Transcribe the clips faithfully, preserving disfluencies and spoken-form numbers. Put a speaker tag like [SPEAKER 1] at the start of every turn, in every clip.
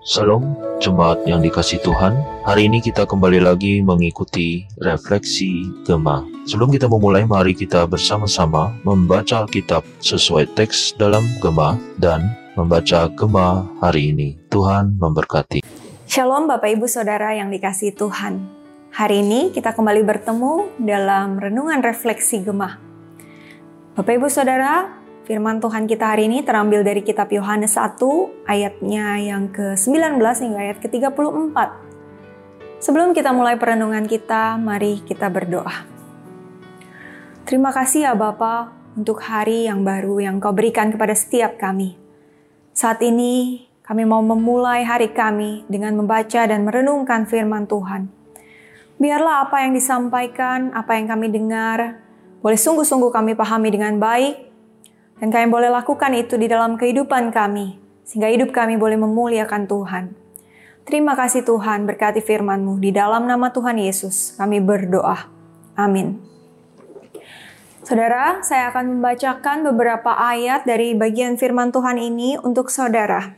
[SPEAKER 1] Salam, jemaat yang dikasih Tuhan. Hari ini kita kembali lagi mengikuti refleksi Gema. Sebelum kita memulai, mari kita bersama-sama membaca Alkitab sesuai teks dalam Gema dan membaca Gema hari ini. Tuhan memberkati.
[SPEAKER 2] Shalom Bapak Ibu Saudara yang dikasih Tuhan. Hari ini kita kembali bertemu dalam renungan refleksi Gema. Bapak Ibu Saudara, firman Tuhan kita hari ini terambil dari kitab Yohanes satu ayatnya yang ke sembilan belas hingga ayat ke tiga puluh empat. Sebelum kita mulai perenungan kita, mari kita berdoa. Terima kasih ya Bapa untuk hari yang baru yang Kau berikan kepada setiap kami. Saat ini kami mau memulai hari kami dengan membaca dan merenungkan firman Tuhan. Biarlah apa yang disampaikan, apa yang kami dengar, boleh sungguh-sungguh kami pahami dengan baik, dan kami boleh lakukan itu di dalam kehidupan kami, sehingga hidup kami boleh memuliakan Tuhan. Terima kasih Tuhan, berkati firman-Mu. Di dalam nama Tuhan Yesus, kami berdoa. Amin. Saudara, saya akan membacakan beberapa ayat dari bagian firman Tuhan ini untuk saudara.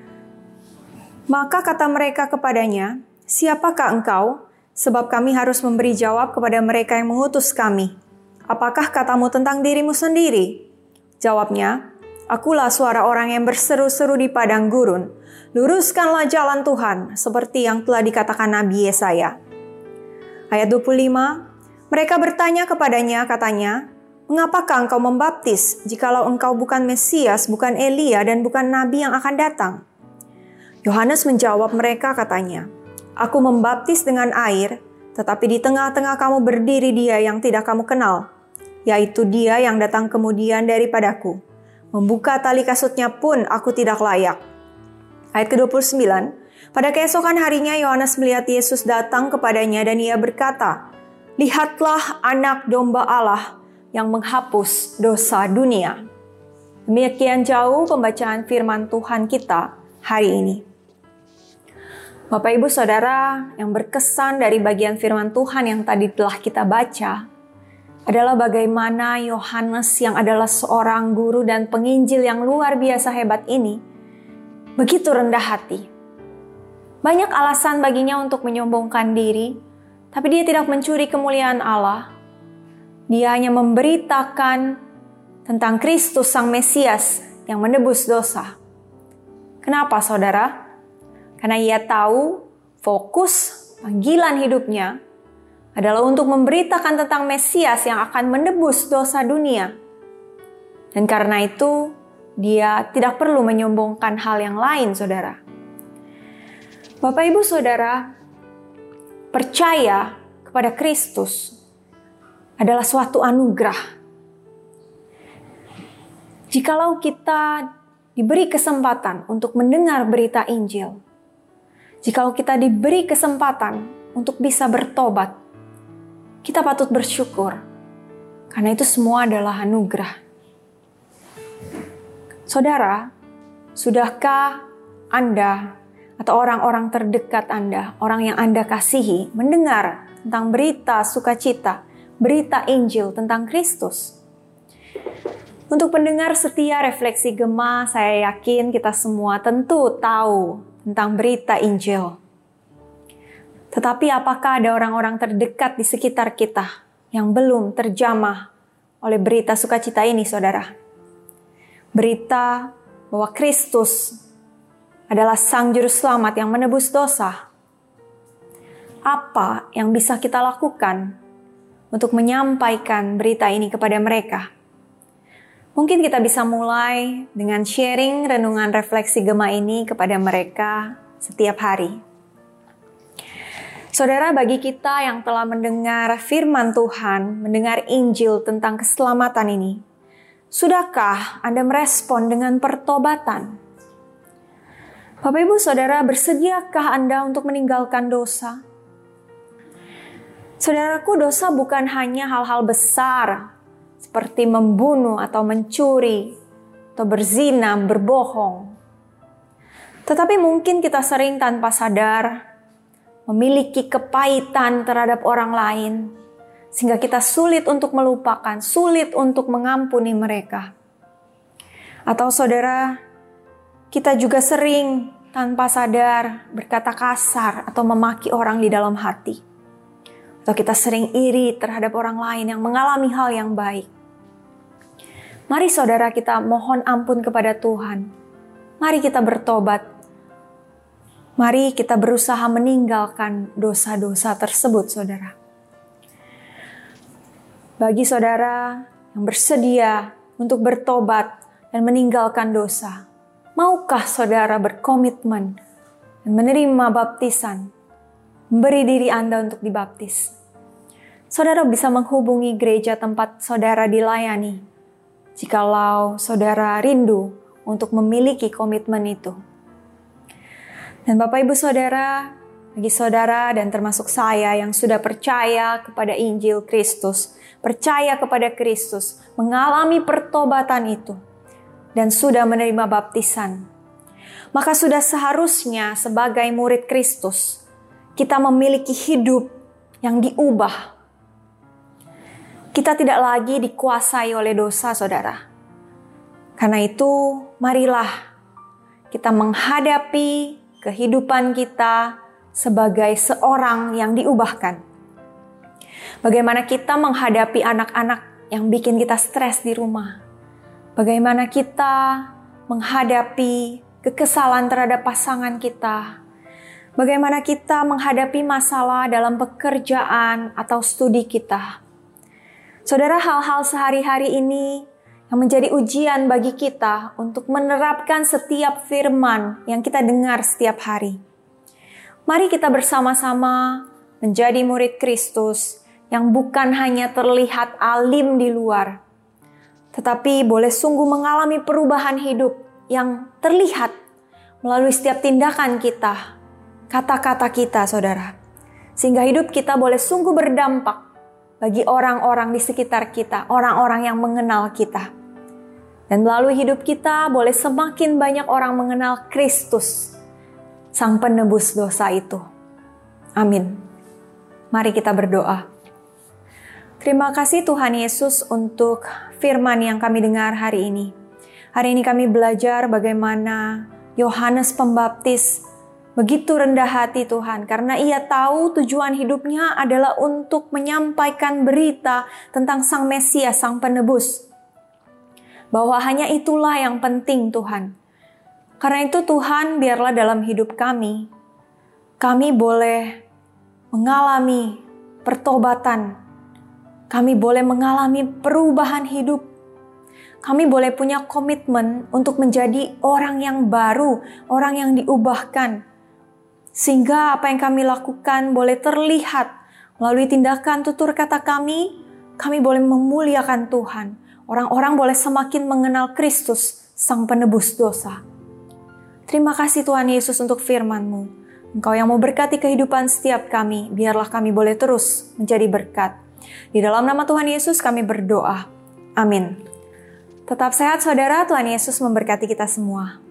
[SPEAKER 2] Maka kata mereka kepadanya, "Siapakah engkau? Sebab kami harus memberi jawab kepada mereka yang mengutus kami. Apakah katamu tentang dirimu sendiri?" Jawabnya, "Akulah suara orang yang berseru-seru di padang gurun. Luruskanlah jalan Tuhan, seperti yang telah dikatakan Nabi Yesaya." Ayat dua puluh lima, mereka bertanya kepadanya, katanya, "Mengapakah engkau membaptis, jikalau engkau bukan Mesias, bukan Elia, dan bukan Nabi yang akan datang?" Yohanes menjawab mereka, katanya, "Aku membaptis dengan air, tetapi di tengah-tengah kamu berdiri Dia yang tidak kamu kenal, yaitu Dia yang datang kemudian daripadaku. Membuka tali kasutnya pun aku tidak layak." Ayat ke dua puluh sembilan, pada keesokan harinya Yohanes melihat Yesus datang kepadanya dan ia berkata, "Lihatlah anak domba Allah yang menghapus dosa dunia." Demikian jauh pembacaan firman Tuhan kita hari ini. Bapak Ibu Saudara, yang berkesan dari bagian firman Tuhan yang tadi telah kita baca adalah bagaimana Yohanes yang adalah seorang guru dan penginjil yang luar biasa hebat ini begitu rendah hati. Banyak alasan baginya untuk menyombongkan diri, tapi dia tidak mencuri kemuliaan Allah. Dia hanya memberitakan tentang Kristus Sang Mesias yang menebus dosa. Kenapa saudara? Karena ia tahu fokus panggilan hidupnya adalah untuk memberitakan tentang Mesias yang akan menebus dosa dunia. Dan karena itu, dia tidak perlu menyombongkan hal yang lain, saudara. Bapak Ibu Saudara, percaya kepada Kristus adalah suatu anugerah. Jikalau kita diberi kesempatan untuk mendengar berita Injil, jikalau kita diberi kesempatan untuk bisa bertobat, kita patut bersyukur, karena itu semua adalah anugerah. Saudara, sudahkah Anda atau orang-orang terdekat Anda, orang yang Anda kasihi, mendengar tentang berita sukacita, berita Injil tentang Kristus? Untuk pendengar setia refleksi Gema, saya yakin kita semua tentu tahu tentang berita Injil. Tetapi apakah ada orang-orang terdekat di sekitar kita yang belum terjamah oleh berita sukacita ini, saudara? Berita bahwa Kristus adalah Sang Juru Selamat yang menebus dosa. Apa yang bisa kita lakukan untuk menyampaikan berita ini kepada mereka? Mungkin kita bisa mulai dengan sharing renungan refleksi Gema ini kepada mereka setiap hari. Saudara, bagi kita yang telah mendengar firman Tuhan, mendengar Injil tentang keselamatan ini, sudahkah Anda merespon dengan pertobatan? Bapak Ibu Saudara, bersediakah Anda untuk meninggalkan dosa? Saudaraku, dosa bukan hanya hal-hal besar, seperti membunuh atau mencuri, atau berzina, berbohong. Tetapi mungkin kita sering tanpa sadar memiliki kepahitan terhadap orang lain, sehingga kita sulit untuk melupakan, sulit untuk mengampuni mereka. Atau saudara, kita juga sering tanpa sadar berkata kasar atau memaki orang di dalam hati. Atau kita sering iri terhadap orang lain yang mengalami hal yang baik. Mari saudara kita mohon ampun kepada Tuhan. Mari kita bertobat. Mari kita berusaha meninggalkan dosa-dosa tersebut, saudara. Bagi saudara yang bersedia untuk bertobat dan meninggalkan dosa, maukah saudara berkomitmen dan menerima baptisan, memberi diri Anda untuk dibaptis? Saudara bisa menghubungi gereja tempat saudara dilayani, jikalau saudara rindu untuk memiliki komitmen itu. Dan Bapak Ibu Saudara, bagi saudara dan termasuk saya yang sudah percaya kepada Injil Kristus, percaya kepada Kristus, mengalami pertobatan itu, dan sudah menerima baptisan, maka sudah seharusnya sebagai murid Kristus, kita memiliki hidup yang diubah. Kita tidak lagi dikuasai oleh dosa, saudara. Karena itu, marilah kita menghadapi kehidupan kita sebagai seorang yang diubahkan. Bagaimana kita menghadapi anak-anak yang bikin kita stres di rumah. Bagaimana kita menghadapi kekesalan terhadap pasangan kita. Bagaimana kita menghadapi masalah dalam pekerjaan atau studi kita. Saudara, hal-hal sehari-hari ini yang menjadi ujian bagi kita untuk menerapkan setiap firman yang kita dengar setiap hari. Mari kita bersama-sama menjadi murid Kristus yang bukan hanya terlihat alim di luar, tetapi boleh sungguh mengalami perubahan hidup yang terlihat melalui setiap tindakan kita, kata-kata kita, saudara. Sehingga hidup kita boleh sungguh berdampak bagi orang-orang di sekitar kita, orang-orang yang mengenal kita. Dan melalui hidup kita boleh semakin banyak orang mengenal Kristus, Sang Penebus dosa itu. Amin. Mari kita berdoa. Terima kasih Tuhan Yesus untuk firman yang kami dengar hari ini. Hari ini kami belajar bagaimana Yohanes Pembaptis begitu rendah hati, Tuhan, karena ia tahu tujuan hidupnya adalah untuk menyampaikan berita tentang Sang Mesias, Sang Penebus. Bahwa hanya itulah yang penting, Tuhan. Karena itu Tuhan, biarlah dalam hidup kami, kami boleh mengalami pertobatan. Kami boleh mengalami perubahan hidup. Kami boleh punya komitmen untuk menjadi orang yang baru, orang yang diubahkan. Sehingga apa yang kami lakukan boleh terlihat melalui tindakan tutur kata kami, kami boleh memuliakan Tuhan. Orang-orang boleh semakin mengenal Kristus, Sang Penebus dosa. Terima kasih Tuhan Yesus untuk firman-Mu. Engkau yang mau berkati kehidupan setiap kami, biarlah kami boleh terus menjadi berkat. Di dalam nama Tuhan Yesus kami berdoa. Amin. Tetap sehat saudara, Tuhan Yesus memberkati kita semua.